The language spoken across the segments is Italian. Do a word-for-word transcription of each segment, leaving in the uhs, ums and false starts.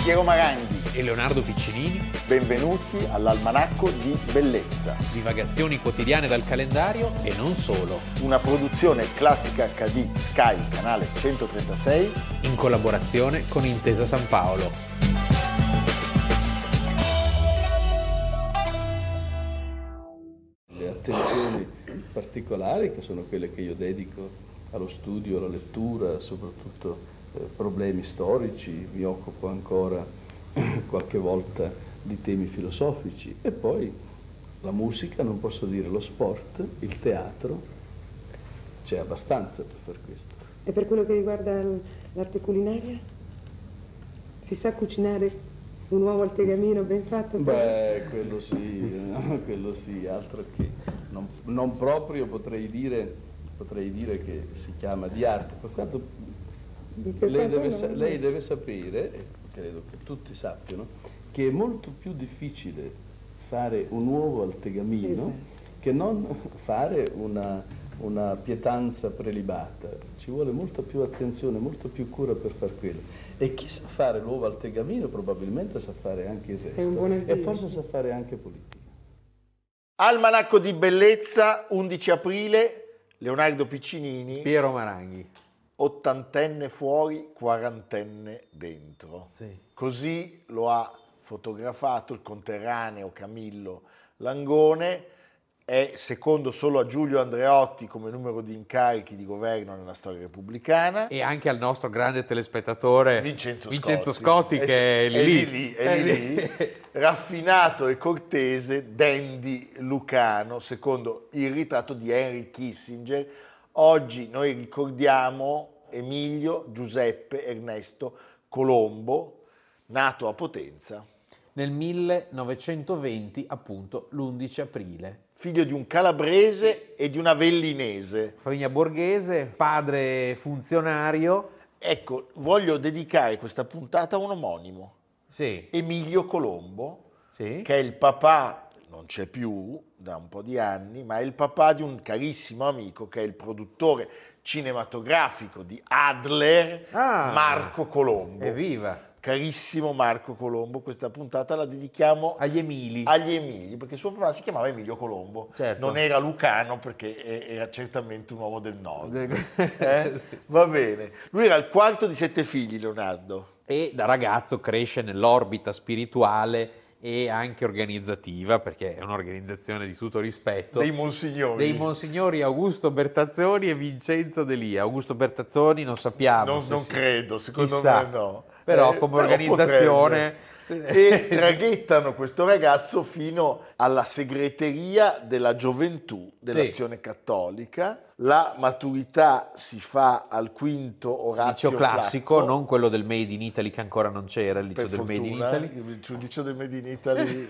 Piero Maranghi e Leonardo Piccinini. Benvenuti all'Almanacco di Bellezza. Divagazioni quotidiane dal calendario e non solo. Una produzione Classica acca di Sky, canale centotrentasei. In collaborazione con Intesa San Paolo. Le attenzioni particolari, che sono quelle che io dedico allo studio, alla lettura, soprattutto eh, problemi storici, mi occupo ancora qualche volta di temi filosofici, e poi la musica, non posso dire lo sport, il teatro, c'è abbastanza per far questo. E per quello che riguarda l'arte culinaria? Si sa cucinare un uovo al tegamino ben fatto? Beh, quello sì, no? quello sì, altro che non, non proprio potrei dire, potrei dire che si chiama di arte, per quanto lei deve, lei deve sapere, e credo che tutti sappiano, che è molto più difficile fare un uovo al tegamino esatto. che non fare una, una pietanza prelibata. Ci vuole molta più attenzione, molto più cura per far quello. E chi sa fare l'uovo al tegamino probabilmente sa fare anche il resto, e forse sa fare anche politica. Almanacco di Bellezza, undici aprile, Leonardo Piccinini. Piero Maranghi. Ottantenne fuori, quarantenne dentro. Sì. Così lo ha fotografato il conterraneo Camillo Langone. È secondo solo a Giulio Andreotti come numero di incarichi di governo nella storia repubblicana. E anche al nostro grande telespettatore Vincenzo, Vincenzo Scotti, Scotti, che è lì, è lì, lì, è lì, lì. Raffinato e cortese, dandy lucano, secondo il ritratto di Henry Kissinger. Oggi noi ricordiamo Emilio Giuseppe Ernesto Colombo, nato a Potenza nel millenovecentoventi, appunto l'undici aprile. Figlio di un calabrese e di una vellinese. Famiglia borghese, padre funzionario. Ecco, voglio dedicare questa puntata a un omonimo. Sì. Emilio Colombo, sì. che è il papà, non c'è più da un po' di anni, ma è il papà di un carissimo amico che è il produttore cinematografico di Adler, ah, Marco Colombo. Evviva! Carissimo Marco Colombo, questa puntata la dedichiamo agli Emili. Agli Emili, perché suo papà si chiamava Emilio Colombo, certo. Non era lucano perché era certamente un uomo del nord. eh? Va bene. Lui era il quarto di sette figli, Leonardo. E da ragazzo cresce nell'orbita spirituale e anche organizzativa, perché è un'organizzazione di tutto rispetto. Dei monsignori. Dei monsignori Augusto Bertazzoni e Vincenzo Delia. Augusto Bertazzoni non sappiamo. Non, se non si... credo, secondo Chissà. me no. Però eh, come però organizzazione... E traghettano questo ragazzo fino alla segreteria della gioventù dell'Azione sì. Cattolica. La maturità si fa al quinto Orazio liceo classico, Flacco. Non quello del Made in Italy, che ancora non c'era, il liceo Per del fortuna, Made in Italy. Il liceo del Made in Italy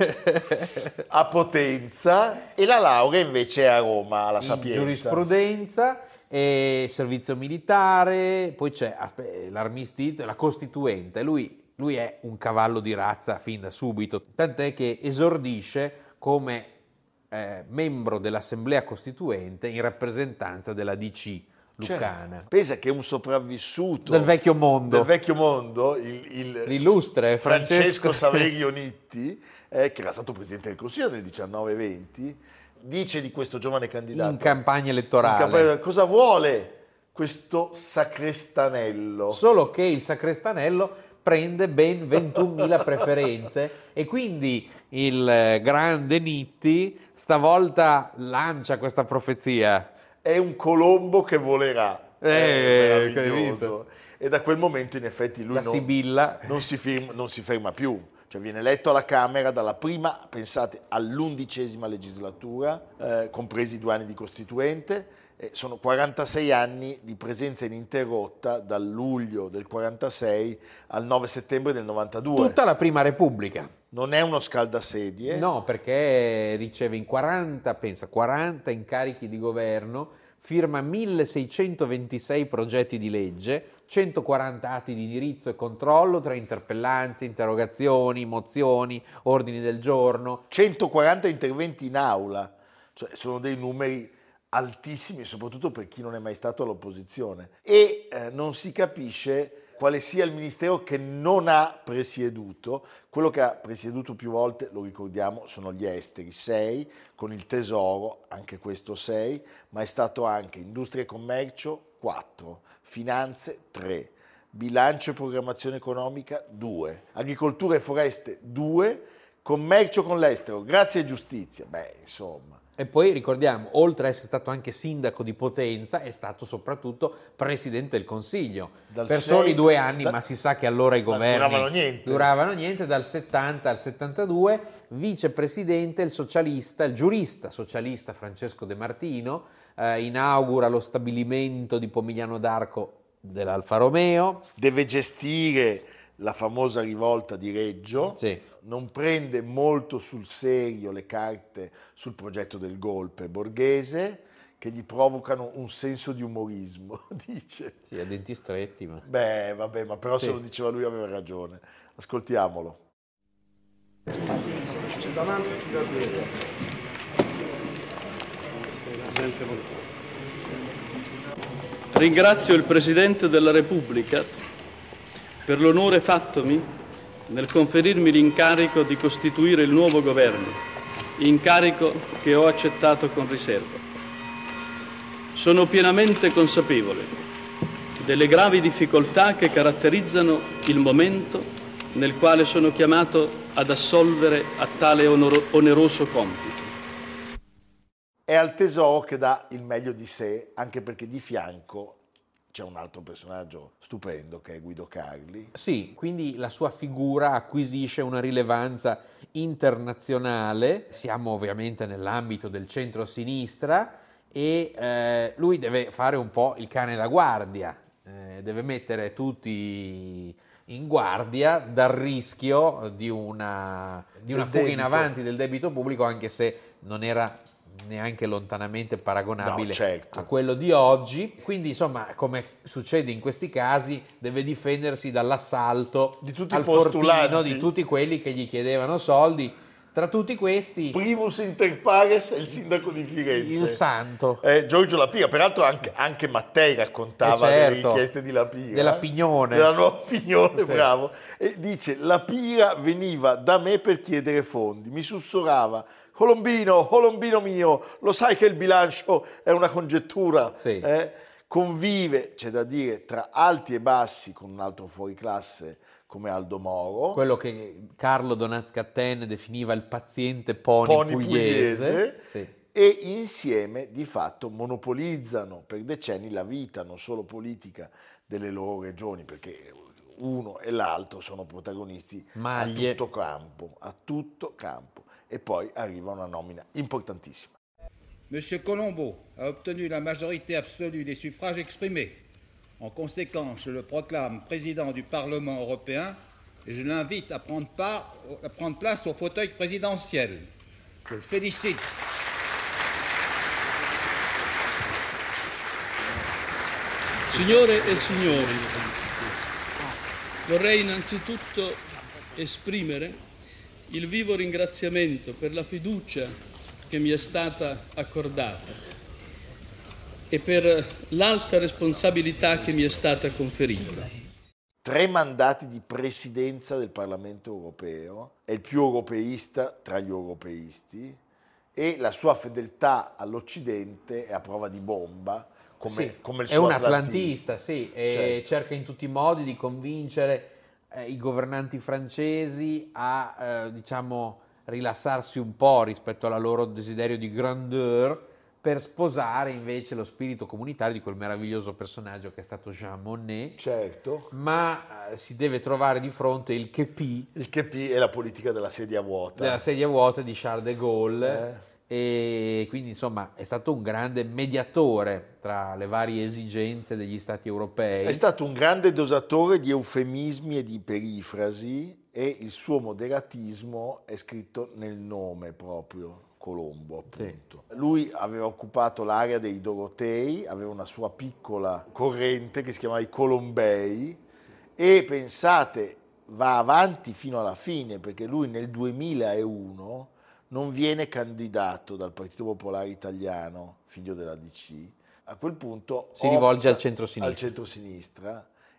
a Potenza, e la laurea invece è a Roma, alla Sapienza. In giurisprudenza e servizio militare, poi c'è l'armistizio, la Costituente. Lui Lui è un cavallo di razza fin da subito, tant'è che esordisce come eh, membro dell'Assemblea Costituente in rappresentanza della D C lucana. Certo. Pensa che un sopravvissuto del vecchio mondo, del vecchio mondo il, il, l'illustre Francesco, Francesco Saverio Nitti, eh, che era stato presidente del Consiglio nel diciannove venti, dice di questo giovane candidato in campagna elettorale, in campagna, cosa vuole questo sacrestanello? Solo che il sacrestanello prende ben ventunmila preferenze, e quindi il grande Nitti stavolta lancia questa profezia. È un Colombo che volerà. Eh, è meraviglioso. E da quel momento in effetti lui La non, Sibilla. non, si firma, non si ferma più. Cioè viene eletto alla Camera dalla prima, pensate, all'undicesima legislatura, eh, compresi due anni di Costituente. Eh, sono quarantasei anni di presenza ininterrotta dal luglio del quarantasei al nove settembre del novantadue. Tutta la Prima Repubblica. Non è uno scaldasedie. No, perché riceve in quaranta, pensa, quaranta incarichi di governo, firma milleseicentoventisei progetti di legge, centoquaranta atti di indirizzo e controllo tra interpellanze, interrogazioni, mozioni, ordini del giorno. centoquaranta interventi in aula, cioè sono dei numeri altissimi, soprattutto per chi non è mai stato all'opposizione. E eh, non si capisce quale sia il ministero che non ha presieduto. Quello che ha presieduto più volte, lo ricordiamo, sono gli esteri, sei, con il tesoro, anche questo sei, ma è stato anche industria e commercio, quattro, finanze, tre, bilancio e programmazione economica, due, agricoltura e foreste, due, commercio con l'estero, grazia e giustizia. Beh, insomma. E poi ricordiamo, oltre ad essere stato anche sindaco di Potenza, è stato soprattutto presidente del Consiglio. Dal per sei, soli due anni, da, ma si sa che allora i governi duravano niente. duravano niente, dal settanta al settantadue, vicepresidente, il socialista, il giurista socialista Francesco De Martino, eh, inaugura lo stabilimento di Pomigliano d'Arco dell'Alfa Romeo. Deve gestire la famosa rivolta di Reggio, sì. Non prende molto sul serio le carte sul progetto del golpe borghese, che gli provocano un senso di umorismo, dice. Sì, a denti stretti. Ma... Beh, vabbè, ma però sì. se lo diceva lui aveva ragione. Ascoltiamolo. Ringrazio il Presidente della Repubblica per l'onore fattomi nel conferirmi l'incarico di costituire il nuovo governo, incarico che ho accettato con riserva. Sono pienamente consapevole delle gravi difficoltà che caratterizzano il momento nel quale sono chiamato ad assolvere a tale onoro- oneroso compito. È al tesoro che dà il meglio di sé, anche perché di fianco c'è un altro personaggio stupendo che è Guido Carli. Sì, quindi la sua figura acquisisce una rilevanza internazionale. Siamo ovviamente nell'ambito del centro-sinistra e eh, lui deve fare un po' il cane da guardia, eh, deve mettere tutti in guardia dal rischio di una, di una fuga debito. in avanti del debito pubblico, anche se non era neanche lontanamente paragonabile no, certo. a quello di oggi. Quindi insomma, come succede in questi casi, deve difendersi dall'assalto di tutti al i postulanti, fortino di tutti quelli che gli chiedevano soldi. Tra tutti questi primus inter pares è il sindaco di Firenze, il santo eh, Giorgio La Pira. Peraltro anche, anche Mattei raccontava eh certo, delle richieste di La Pira, della Pignone, della nuova Pignone, sì. Bravo. E dice: La Pira veniva da me per chiedere fondi, mi sussurrava: Colombino, Colombino mio, lo sai che il bilancio è una congettura, sì. eh? Convive, c'è da dire, tra alti e bassi con un altro fuoriclasse come Aldo Moro, quello che Carlo Donat-Cattin definiva il paziente pony, pony pugliese, pugliese sì. E insieme di fatto monopolizzano per decenni la vita non solo politica delle loro regioni, perché uno e l'altro sono protagonisti Maglie. a tutto campo, a tutto campo. E poi arriva una nomina importantissima. Monsieur Colombo a obtenu la majorité absolue des suffrages exprimés. En conséquence, je le proclame président du Parlement européen et je l'invite à prendre part, à prendre place au fauteuil présidentiel. Je le félicite. Signore e signori, vorrei innanzitutto esprimere il vivo ringraziamento per la fiducia che mi è stata accordata e per l'alta responsabilità che mi è stata conferita. Tre mandati di presidenza del Parlamento europeo, è il più europeista tra gli europeisti e la sua fedeltà all'Occidente è a prova di bomba, come, sì, come il è suo un atlantista, atlantista, sì, e certo. cerca in tutti i modi di convincere eh, i governanti francesi a eh, diciamo rilassarsi un po' rispetto alla loro desiderio di grandeur, per sposare invece lo spirito comunitario di quel meraviglioso personaggio che è stato Jean Monnet. Certo. Ma eh, si deve trovare di fronte il Képi. Il Képi è la politica della sedia vuota. Della sedia vuota di Charles de Gaulle. Eh. E quindi insomma è stato un grande mediatore tra le varie esigenze degli stati europei. È stato un grande dosatore di eufemismi e di perifrasi e il suo moderatismo è scritto nel nome proprio. Colombo, appunto. Sì. Lui aveva occupato l'area dei Dorotei, aveva una sua piccola corrente che si chiamava i Colombei e pensate, va avanti fino alla fine, perché lui nel duemilauno non viene candidato dal Partito Popolare Italiano, figlio della D C. A quel punto si rivolge al centro-sinistra. Al centro-sinistra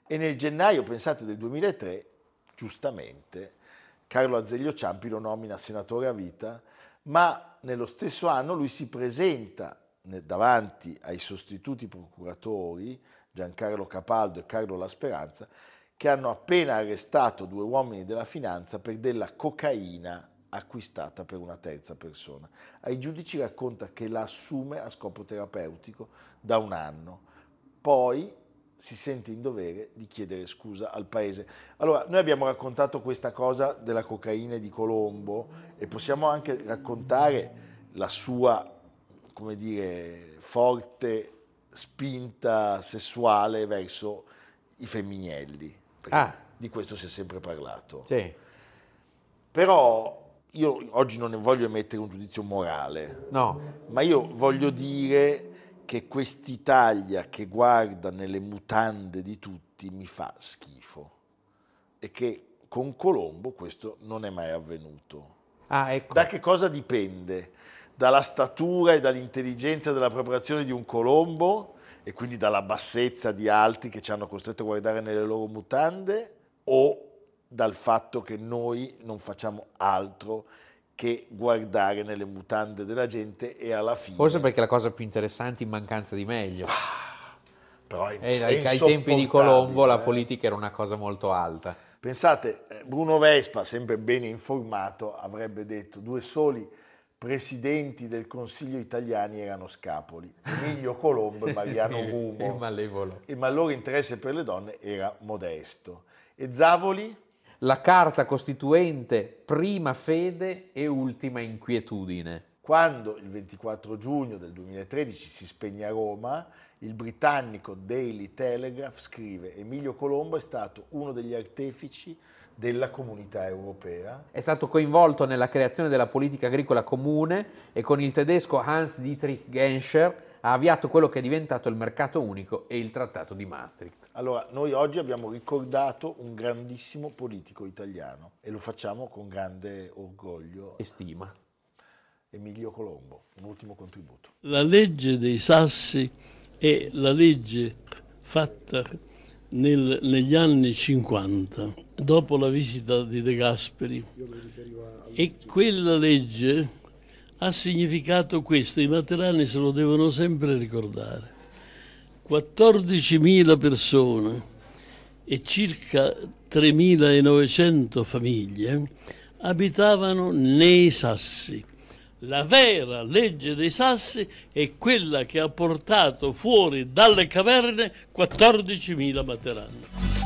E nel gennaio, pensate, del duemilatré, giustamente, Carlo Azeglio Ciampi lo nomina senatore a vita, ma nello stesso anno lui si presenta davanti ai sostituti procuratori, Giancarlo Capaldo e Carlo La Speranza, che hanno appena arrestato due uomini della finanza per della cocaina acquistata per una terza persona. Ai giudici racconta che la assume a scopo terapeutico da un anno, poi si sente in dovere di chiedere scusa al paese. Allora, noi abbiamo raccontato questa cosa della cocaina e di Colombo e possiamo anche raccontare la sua, come dire, forte spinta sessuale verso i femminelli. Ah. Di questo si è sempre parlato. Sì. Però io oggi non ne voglio emettere un giudizio morale, No. ma io voglio dire che quest'Italia che guarda nelle mutande di tutti mi fa schifo e che con Colombo questo non è mai avvenuto. Ah, ecco. Da che cosa dipende? Dalla statura e dall'intelligenza e dalla preparazione di un Colombo e quindi dalla bassezza di altri che ci hanno costretto a guardare nelle loro mutande, o dal fatto che noi non facciamo altro che guardare nelle mutande della gente e alla fine... Forse perché la cosa più interessante in mancanza di meglio. Però è, E è ai, ai tempi di Colombo la eh. politica era una cosa molto alta. Pensate, Bruno Vespa, sempre bene informato, avrebbe detto due soli presidenti del Consiglio italiani erano scapoli, Emilio Colombo e Mariano Sì, Gumo. il malevolo. E ma il loro interesse per le donne era modesto. E Zavoli? La carta costituente, prima fede e ultima inquietudine. Quando il ventiquattro giugno del duemilatredici si spegne a Roma, il britannico Daily Telegraph scrive: Emilio Colombo è stato uno degli artefici della comunità europea. È stato coinvolto nella creazione della politica agricola comune e con il tedesco Hans-Dietrich Genscher ha avviato quello che è diventato il mercato unico e il trattato di Maastricht. Allora, noi oggi abbiamo ricordato un grandissimo politico italiano e lo facciamo con grande orgoglio. E stima. Emilio Colombo, un ultimo contributo. La legge dei sassi è la legge fatta nel, negli anni cinquanta, dopo la visita di De Gasperi. E quella legge ha significato questo, i materani se lo devono sempre ricordare. quattordicimila persone e circa tremilanovecento famiglie abitavano nei sassi. La vera legge dei sassi è quella che ha portato fuori dalle caverne quattordicimila materani.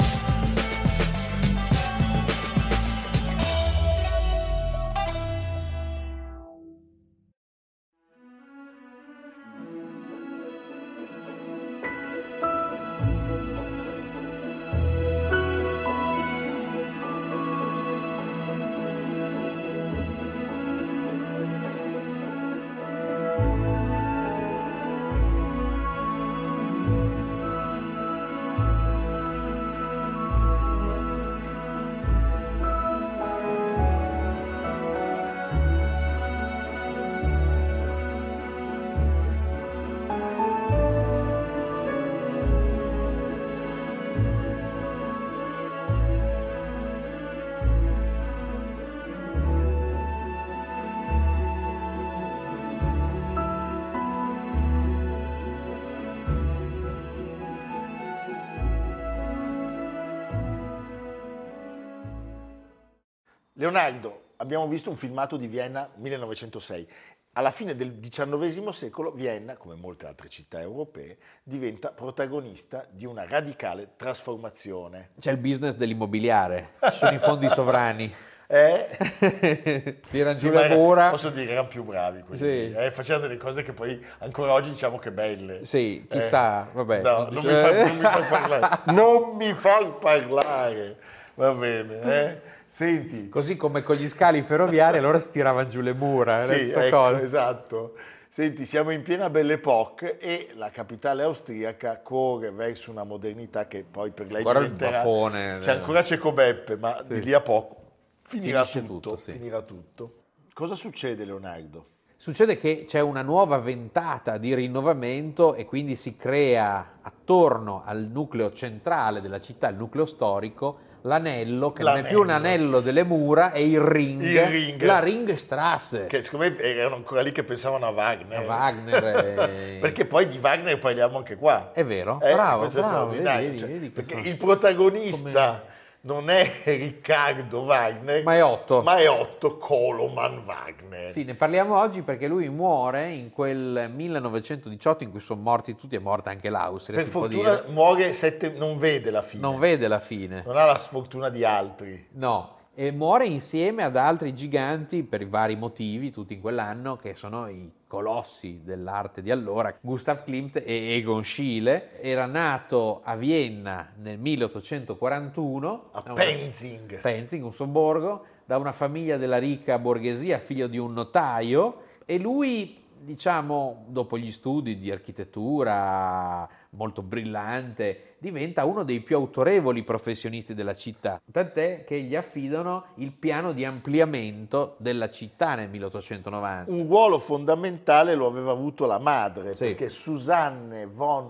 Leonardo, abbiamo visto un filmato di Vienna millenovecentosei. Alla fine del diciannovesimo secolo Vienna, come molte altre città europee, diventa protagonista di una radicale trasformazione. C'è il business dell'immobiliare, ci sono i fondi sovrani. Eh? Tirano Sì, giù le mura. Posso dire, erano più bravi quelli, Sì. eh? Facevano delle cose che poi ancora oggi diciamo che belle. Sì, chissà, Eh, vabbè. No, non mi, fai, non mi fai parlare. Non mi fai parlare. Va bene, eh? Senti. Così come con gli scali ferroviari, allora si tiravano giù le mura, è la Sì, stessa ecco, cosa. esatto. Senti, siamo in piena Belle Époque e la capitale austriaca corre verso una modernità che poi per lei Ancora il diventerà... baffone. C'è ancora Cecobeppe, ma Sì. di lì a poco finirà Finisce tutto. tutto, sì. Finirà tutto. Cosa succede, Leonardo? Succede che c'è una nuova ventata di rinnovamento e quindi si crea attorno al nucleo centrale della città, il nucleo storico, l'anello, che L'anello. non è più un anello delle mura, è il ring, Il ring. la Ringstrasse. Che secondo me erano ancora lì che pensavano a Wagner. A Wagner è... Perché poi di Wagner parliamo anche qua. È vero, Eh, bravo, questo è bravo, straordinario. vedi, Cioè, vedi perché questo- il protagonista non è Riccardo Wagner, Ma è Otto. ma è Otto Koloman Wagner. Sì, ne parliamo oggi perché lui muore in quel millenovecentodiciotto in cui sono morti tutti, è morta anche l'Austria, Per si può fortuna dire. muore sette, non vede la fine, Non vede la fine. non ha la sfortuna di altri. No, e muore insieme ad altri giganti per i vari motivi, tutti in quell'anno, che sono i colossi dell'arte di allora, Gustav Klimt e Egon Schiele. Era nato a Vienna nel milleottocentoquarantuno, A da una- Penzing. Penzing, un sobborgo, da una famiglia della ricca borghesia, figlio di un notaio, e lui, diciamo, dopo gli studi di architettura molto brillante, diventa uno dei più autorevoli professionisti della città, tant'è che gli affidano il piano di ampliamento della città nel milleottocentonovanta. Un ruolo fondamentale lo aveva avuto la madre, Sì. perché Susanne von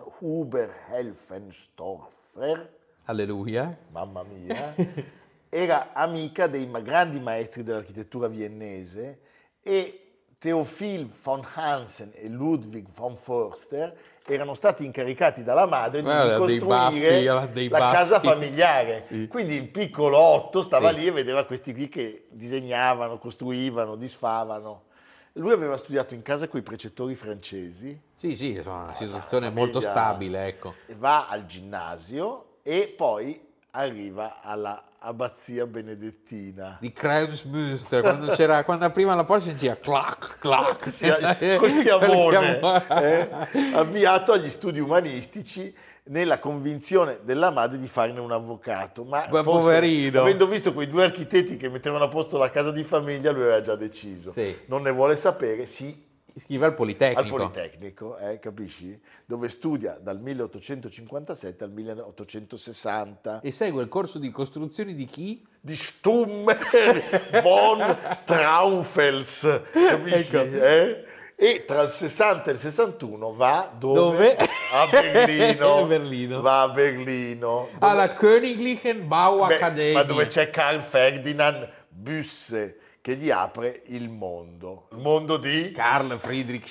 Huber-Helfenstorfer, Alleluia. mamma mia, era amica dei ma- grandi maestri dell'architettura viennese, e Theophil von Hansen e Ludwig von Förster erano stati incaricati dalla madre di Guarda, dei ricostruire baffi, aveva dei la baffi. casa familiare. Sì. Quindi il piccolo Otto stava Sì. lì e vedeva questi qui che disegnavano, costruivano, disfavano. Lui aveva studiato in casa con i precettori francesi, Sì, sì, insomma, una situazione famiglia- molto stabile, ecco. va al ginnasio e poi arriva alla abbazia benedettina. Di Kremsmünster, quando c'era, quando apriva la porta si diceva clac, clac, Sì, col chiavone, Col eh, avviato agli studi umanistici nella convinzione della madre di farne un avvocato, ma Ma forse, poverino. avendo visto quei due architetti che mettevano a posto la casa di famiglia, lui aveva già deciso. Sì. Non ne vuole sapere, si Iscrive al Politecnico. al Politecnico, eh, capisci? Dove studia dal milleottocentocinquantasette al milleottocentosessanta. E segue il corso di costruzioni di chi? Di Stummer von Traunfels, capisci? Ecco. eh? E tra il sessanta e il sessantuno va dove? Dove? A Berlino. A Berlino. Va a Berlino. Dove- Alla Königlichen Bauakademie. Beh, ma dove c'è Karl Ferdinand Busse che gli apre il mondo. Il mondo di... Karl Friedrich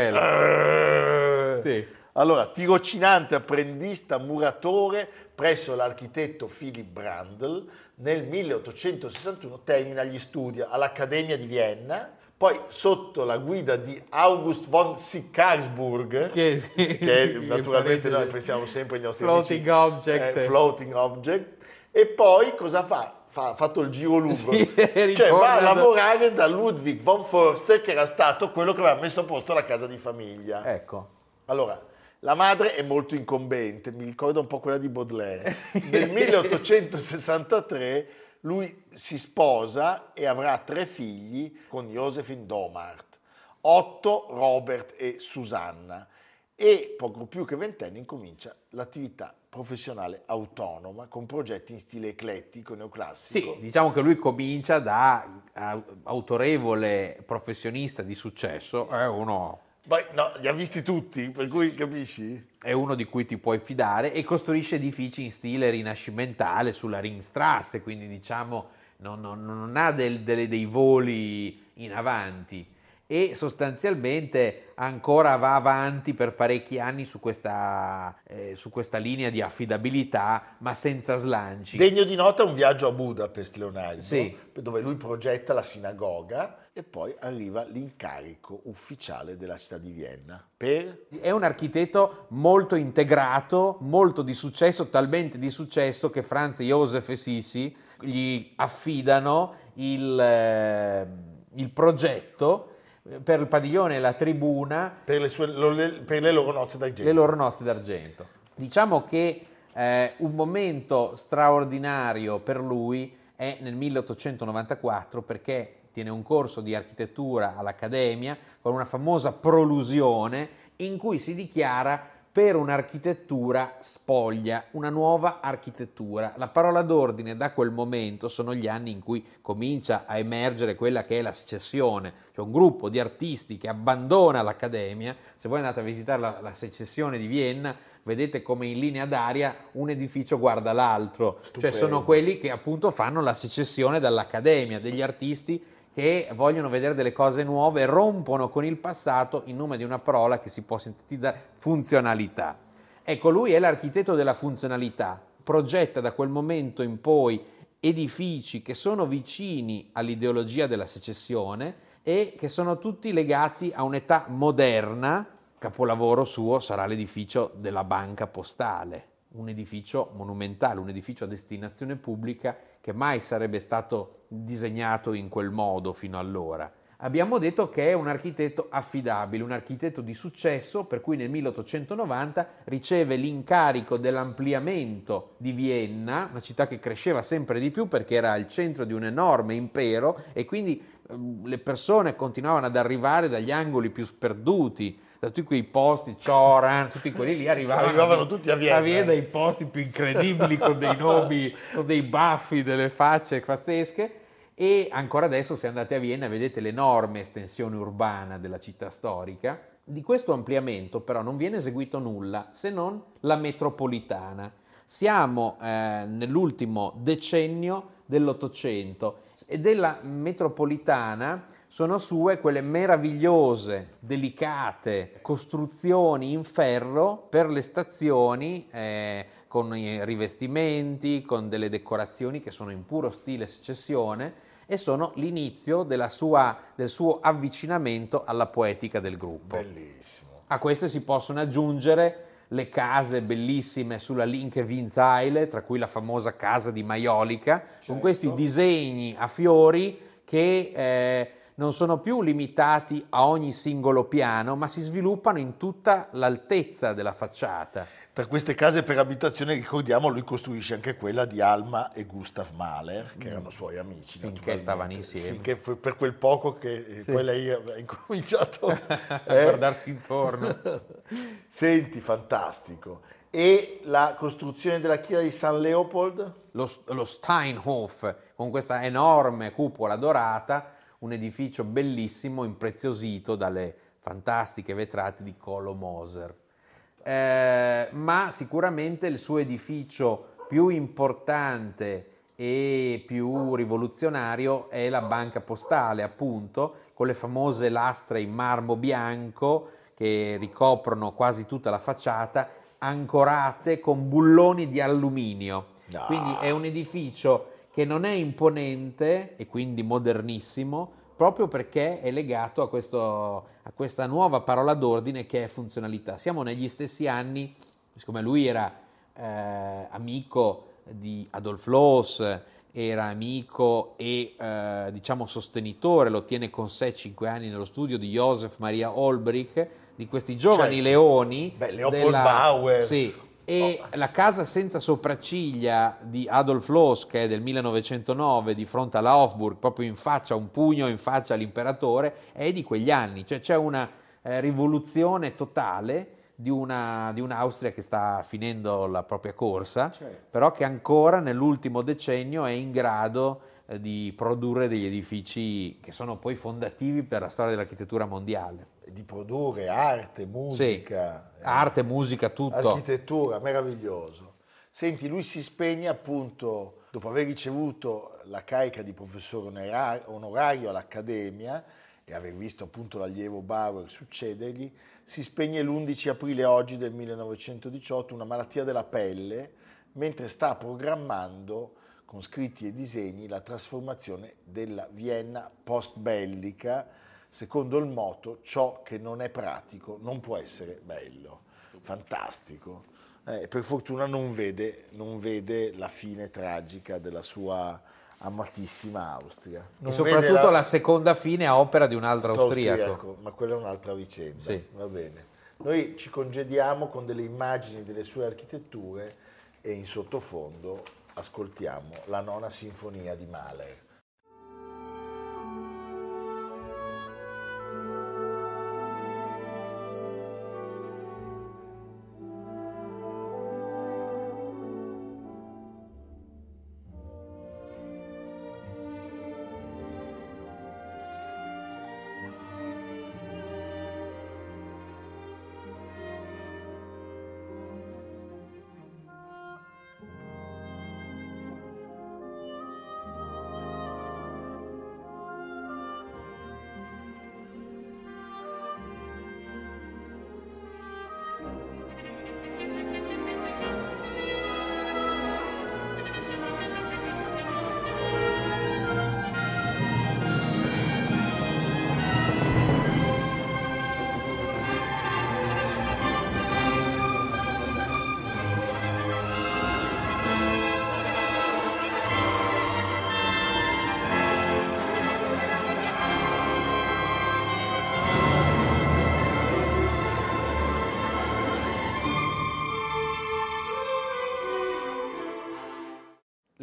Schinkel. Sì. Allora, tirocinante apprendista muratore presso l'architetto Philipp Brandl, nel milleottocentosessantuno termina gli studi all'Accademia di Vienna, poi sotto la guida di August von Sickarsburg, Che sì, che sì, naturalmente parentesi. noi pensiamo sempre ai nostri Floating amici, object. eh, floating object, e poi cosa fa? Fa, ha fatto il giro lungo, Sì, cioè ritorna va a da- lavorare da Ludwig von Förster, che era stato quello che aveva messo a posto la casa di famiglia. Ecco. Allora, la madre è molto incombente, mi ricorda un po' quella di Baudelaire. Nel milleottocentosessantatré lui si sposa e avrà tre figli con Josephine Domart, Otto, Robert e Susanna, e poco più che ventenne incomincia l'attività professionale autonoma con progetti in stile eclettico, neoclassico. Sì, diciamo che lui comincia da a- autorevole professionista di successo, è uno, Poi, no, li ha visti tutti, per cui capisci? è uno di cui ti puoi fidare, e costruisce edifici in stile rinascimentale sulla Ringstrasse, quindi diciamo non, non- non ha del- delle- dei voli in avanti, e sostanzialmente ancora va avanti per parecchi anni su questa, eh, su questa linea di affidabilità, ma senza slanci. Degno di nota un viaggio a Budapest, Leonardo, Sì. dove lui progetta la sinagoga e poi arriva l'incarico ufficiale della città di Vienna per... È un architetto molto integrato, molto di successo, talmente di successo che Franz Josef e Sissi gli affidano il, eh, il progetto per il padiglione e la tribuna, Per le, sue, lo- le- per le loro nozze d'argento. le loro nozze d'argento. Diciamo che eh, un momento straordinario per lui è nel milleottocentonovantaquattro, perché tiene un corso di architettura all'Accademia con una famosa prolusione in cui si dichiara per un'architettura spoglia, una nuova architettura. La parola d'ordine da quel momento sono gli anni in cui comincia a emergere quella che è la secessione, cioè un gruppo di artisti che abbandona l'Accademia. Se voi andate a visitare la, la secessione di Vienna, vedete come in linea d'aria un edificio guarda l'altro, Stupendo. Cioè sono quelli che appunto fanno la secessione dall'Accademia, degli artisti che vogliono vedere delle cose nuove, rompono con il passato in nome di una parola che si può sintetizzare: funzionalità. Ecco, lui è l'architetto della funzionalità, progetta da quel momento in poi edifici che sono vicini all'ideologia della secessione e che sono tutti legati a un'età moderna. Capolavoro suo sarà l'edificio della Banca Postale, un edificio monumentale, un edificio a destinazione pubblica che mai sarebbe stato disegnato in quel modo fino allora. Abbiamo detto che è un architetto affidabile, un architetto di successo, per cui nel milleottocentonovanta riceve l'incarico dell'ampliamento di Vienna, una città che cresceva sempre di più perché era al centro di un enorme impero e quindi eh, le persone continuavano ad arrivare dagli angoli più sperduti, da tutti quei posti, Cioran, tutti quelli lì arrivavano, arrivavano tutti a Vienna, a Vienna dai posti più incredibili, con dei nomi, con dei baffi, delle facce pazzesche. E ancora adesso, se andate a Vienna, vedete l'enorme estensione urbana della città storica. Di questo ampliamento però non viene eseguito nulla, se non la metropolitana. Siamo eh, nell'ultimo decennio dell'Ottocento e della metropolitana sono sue quelle meravigliose, delicate costruzioni in ferro per le stazioni, eh, con i rivestimenti, con delle decorazioni che sono in puro stile secessione e sono l'inizio della sua, del suo avvicinamento alla poetica del gruppo. Bellissimo. A queste si possono aggiungere le case bellissime sulla Linke Winzeile, tra cui la famosa casa di Maiolica, certo, con questi disegni a fiori che eh, non sono più limitati a ogni singolo piano, ma si sviluppano in tutta l'altezza della facciata. Tra queste case per abitazione, ricordiamo, lui costruisce anche quella di Alma e Gustav Mahler, che erano suoi amici. Finché stavano insieme. Finché per quel poco che sì. Poi lei ha incominciato a eh? guardarsi intorno. Senti, fantastico. E la costruzione della chiesa di San Leopold? Lo, lo Steinhof, con questa enorme cupola dorata, un edificio bellissimo, impreziosito dalle fantastiche vetrate di Colo Moser. Eh, ma sicuramente il suo edificio più importante e più rivoluzionario è la Banca Postale, appunto, con le famose lastre in marmo bianco che ricoprono quasi tutta la facciata, ancorate con bulloni di alluminio. No. Quindi è un edificio che non è imponente e quindi modernissimo, proprio perché è legato a, questo, a questa nuova parola d'ordine che è funzionalità. Siamo negli stessi anni, siccome lui era eh, amico di Adolf Loos, era amico e eh, diciamo sostenitore, lo tiene con sé cinque anni nello studio di Joseph Maria Olbrich, di questi giovani certo. leoni. Beh, Leopold della, Bauer. Sì, e oh. la casa senza sopracciglia di Adolf Loos, che è del millenovecentonove, di fronte alla Hofburg, proprio in faccia, un pugno in faccia all'imperatore, è di quegli anni, cioè c'è una eh, rivoluzione totale di, una, di un'Austria che sta finendo la propria corsa, certo. però che ancora nell'ultimo decennio è in grado eh, di produrre degli edifici che sono poi fondativi per la storia dell'architettura mondiale. Di produrre arte, musica. Sì, arte, musica, tutto. Architettura, meraviglioso. Senti, lui si spegne appunto dopo aver ricevuto la carica di professore onorario all'Accademia e aver visto appunto l'allievo Bauer succedergli, si spegne l'undici aprile oggi del millenovecentodiciotto, una malattia della pelle, mentre sta programmando con scritti e disegni la trasformazione della Vienna post-bellica, secondo il motto: ciò che non è pratico non può essere bello. Fantastico. Eh, per fortuna non vede, non vede la fine tragica della sua amatissima Austria. Non e soprattutto la... la seconda fine a opera di un altro austriaco. austriaco. Ma quella è un'altra vicenda. Sì. Va bene. Noi ci congediamo con delle immagini delle sue architetture e in sottofondo ascoltiamo la nona sinfonia di Mahler.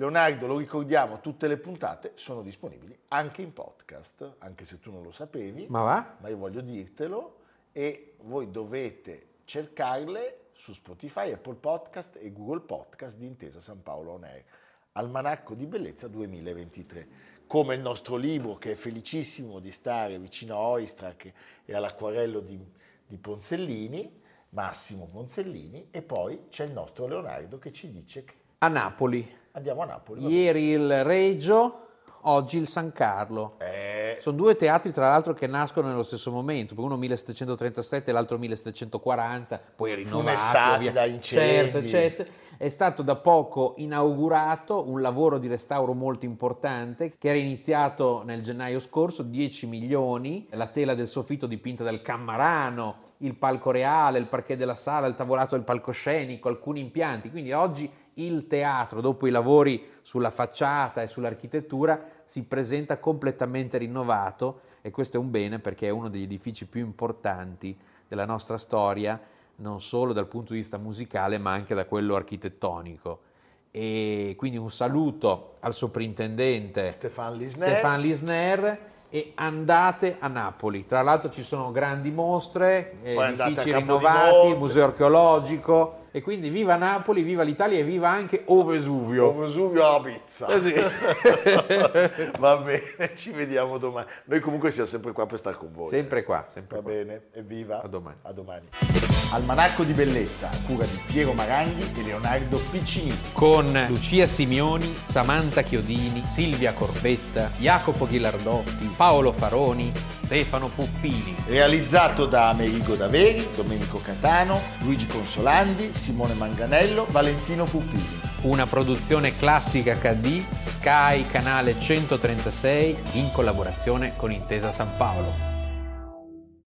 Leonardo, lo ricordiamo, tutte le puntate sono disponibili anche in podcast, anche se tu non lo sapevi. Ma va? Ma io voglio dirtelo, e voi dovete cercarle su Spotify, Apple Podcast e Google Podcast di Intesa San Paolo On Air. Almanacco di Bellezza duemilaventitré. Come il nostro libro, che è felicissimo di stare vicino a Oistrakh e all'acquarello di, di Ponzellini, Massimo Ponzellini, e poi c'è il nostro Leonardo che ci dice che A Napoli. andiamo a Napoli. Ieri il Regio, oggi il San Carlo. Eh, Sono due teatri, tra l'altro, che nascono nello stesso momento, uno millesettecentotrentasette e l'altro millesettecentoquaranta, poi rinnovati, funestati ovvia- da incendi. certo, eccetera. È stato da poco inaugurato un lavoro di restauro molto importante che era iniziato nel gennaio scorso, dieci milioni, la tela del soffitto dipinta dal Cammarano, il palco reale, il parquet della sala, il tavolato del palcoscenico, alcuni impianti. Quindi oggi il teatro, dopo i lavori sulla facciata e sull'architettura, si presenta completamente rinnovato, e questo è un bene perché è uno degli edifici più importanti della nostra storia, non solo dal punto di vista musicale ma anche da quello architettonico. E quindi un saluto al soprintendente Stéphane Lisner. Stéphane Lisner, e andate a Napoli. Tra l'altro ci sono grandi mostre, eh, Poi andate edifici a rinnovati, Capodimonte. il museo archeologico, e quindi viva Napoli, viva l'Italia e viva anche O Vesuvio. O Vesuvio alla pizza. Eh sì. Va bene, ci vediamo domani. Noi comunque siamo sempre qua per stare con voi. Sempre qua, sempre Va qua. bene, evviva. A domani. A domani. Almanacco di Bellezza, a cura di Piero Maranghi e Leonardo Piccinini. Con Lucia Simioni, Samantha Chiodini, Silvia Corbetta, Jacopo Ghilardotti, Paolo Faroni, Stefano Puppini. Realizzato da Amerigo Daveri, Domenico Catano, Luigi Consolandi, Simone Manganello, Valentino Puppini. Una produzione Classica acca di, Sky canale centotrentasei, in collaborazione con Intesa San Paolo.